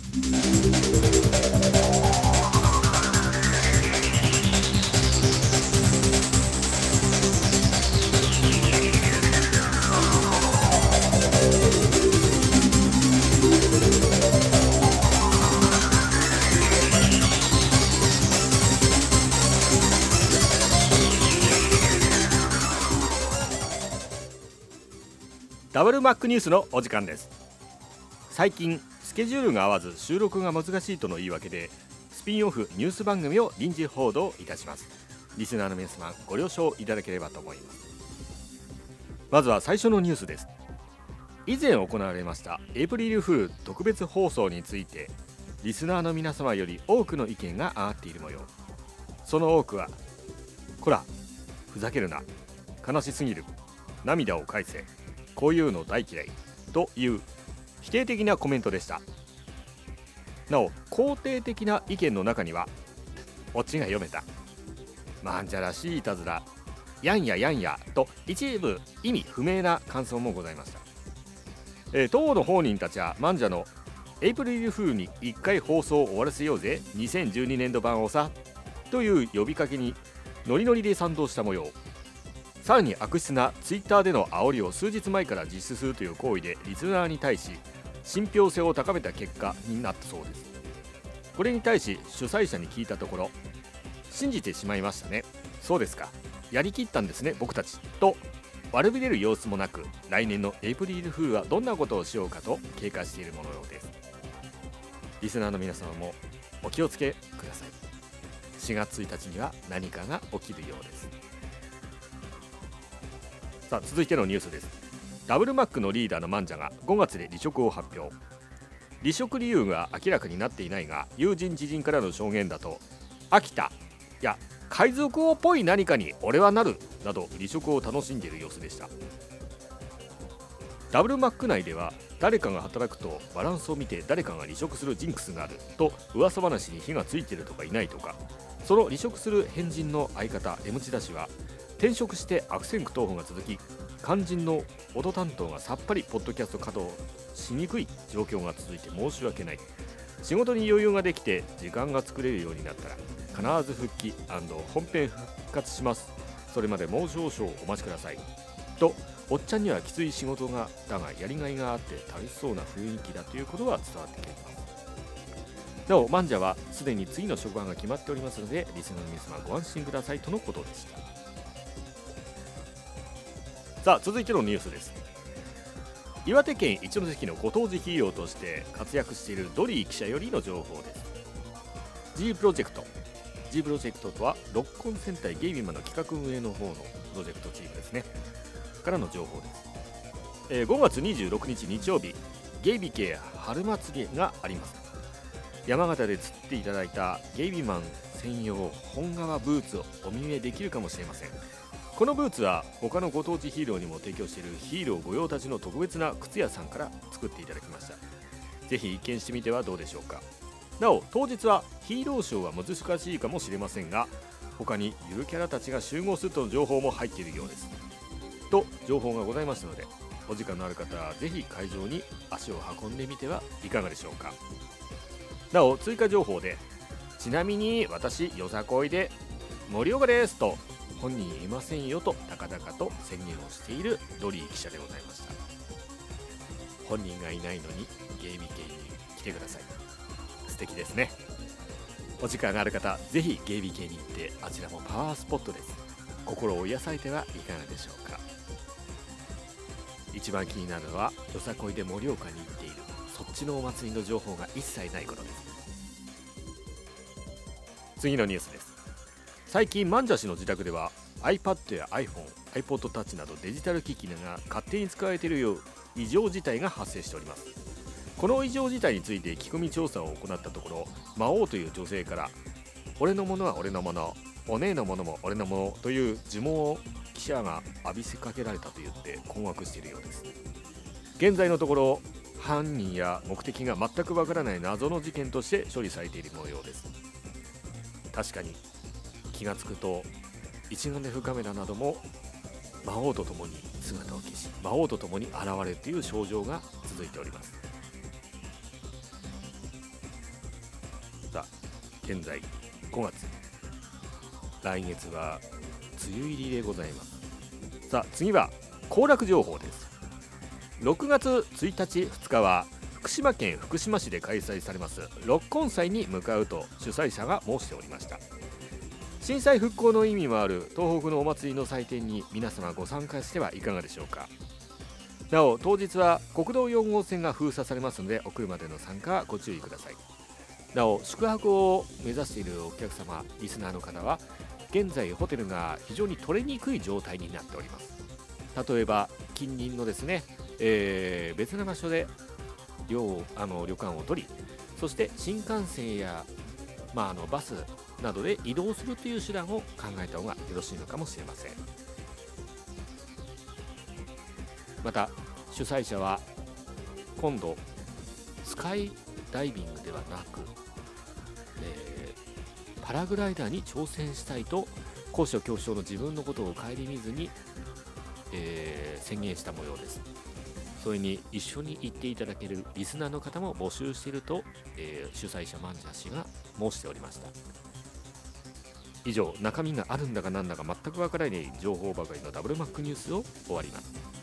ダブルマックニュースのお時間です。最近スケジュールが合わず収録が難しいとの言い訳でスピンオフニュース番組を臨時報道いたします。リスナーの皆様ご了承いただければと思います。まずは最初のニュースです。以前行われましたエイプリルフール特別放送についてリスナーの皆様より多くの意見が上がっている模様。その多くはこらふざけるな、悲しすぎる、涙を返せ、こういうの大嫌いという否定的なコメントでした。なお肯定的な意見の中にはオチが読めた、なんじゃらしいいたずら、やんややんやと一部意味不明な感想もございました。当の本人たちはマンジャのエイプリルフールに1回放送を終わらせようぜ2012年度版をさという呼びかけにノリノリで賛同した模様。さらに悪質なツイッターでの煽りを数日前から実施するという行為でリスナーに対し信憑性を高めた結果になったそうです。これに対し主催者に聞いたところ、信じてしまいましたね、そうですか、やりきったんですね僕たちと悪びれる様子もなく、来年のエイプリルフールはどんなことをしようかと警戒しているものようです。リスナーの皆様もお気をつけください。4月1日には何かが起きるようです。さあ続いてのニュースです。ダブルマックのリーダーのマンジャが5月で離職を発表。離職理由が明らかになっていないが、友人知人からの証言だと飽きたや海賊王っぽい何かに俺はなるなど離職を楽しんでいる様子でした。ダブルマック内では誰かが働くとバランスを見て誰かが離職するジンクスがあると噂話に火がついているとかいないとか、その離職する変人の相方 M チダ氏は転職して悪戦苦闘が続き、肝心の音担当がさっぱりポッドキャスト稼働しにくい状況が続いて申し訳ない、仕事に余裕ができて時間が作れるようになったら必ず復帰&本編復活します、それまでもう少々お待ちくださいと、おっちゃんにはきつい仕事がだがやりがいがあって楽しそうな雰囲気だということは伝わってきています。なおマンジャはすでに次の職場が決まっておりますのでリスナーの皆様ご安心くださいとのことでした。さあ続いてのニュースです。岩手県一関のご当地ヒーローとして活躍しているドリー記者よりの情報です。 G プロジェクト G プロジェクトとは六根戦隊ゲイビマの企画運営の方のプロジェクトチームですねからの情報です。5月26日日曜日、ゲイビ系春祭りがあります。山形で釣っていただいたゲイビマン専用本革ブーツをお見えできるかもしれません。このブーツは他のご当地ヒーローにも提供しているヒーロー御用達の特別な靴屋さんから作っていただきました。ぜひ一見してみてはどうでしょうか。なお当日はヒーローショーは難しいかもしれませんが、他にゆるキャラたちが集合するとの情報も入っているようですと情報がございますので、お時間のある方はぜひ会場に足を運んでみてはいかがでしょうか。なお追加情報で、ちなみに私よさこいで森岡ですと本人いませんよと高々と宣言をしているドリー記者でございました。本人がいないのにゲイビ系に来てください。素敵ですね。お時間がある方ぜひゲイビ系に行って、あちらもパワースポットです。心を癒されてはいかがでしょうか。一番気になるのはよさこいで盛岡に行っているそっちのお祭りの情報が一切ないことです。次のニュースです。最近マンジャ氏の自宅では iPad や iPhone、iPod Touch などデジタル機器が勝手に使われているよう異常事態が発生しております。この異常事態について聞き込み調査を行ったところ、魔王という女性から俺のものは俺のもの、お姉のものも俺のものという呪文を記者が浴びせかけられたと言って困惑しているようです。現在のところ犯人や目的が全くわからない謎の事件として処理されている模様です。確かに気がつくと一眼レフカメラなども魔王と共に姿を消し、魔王と共に現れるという症状が続いております。 現在5月、来月は梅雨入りでございます。さあ次は行楽情報です。6月1日2日は福島県福島市で開催されます六根祭に向かうと主催者が申しておりました。震災復興の意味もある東北のお祭りの祭典に皆様ご参加してはいかがでしょうか。なお当日は国道4号線が封鎖されますのでお車での参加はご注意ください。なお宿泊を目指しているお客様リスナーの方は現在ホテルが非常に取れにくい状態になっております。例えば近隣のですね、別な場所で旅館を取り、そして新幹線や、バスなどで移動するという手段を考えた方がよろしいのかもしれません。また主催者は今度スカイダイビングではなく、パラグライダーに挑戦したいと高所恐怖症の自分のことを顧みずに、宣言した模様です。それに一緒に行っていただけるリスナーの方も募集していると、主催者マンジャ氏が申しておりました。以上、中身があるんだかなんだか全くわからない情報ばかりのダブルマックニュースを終わります。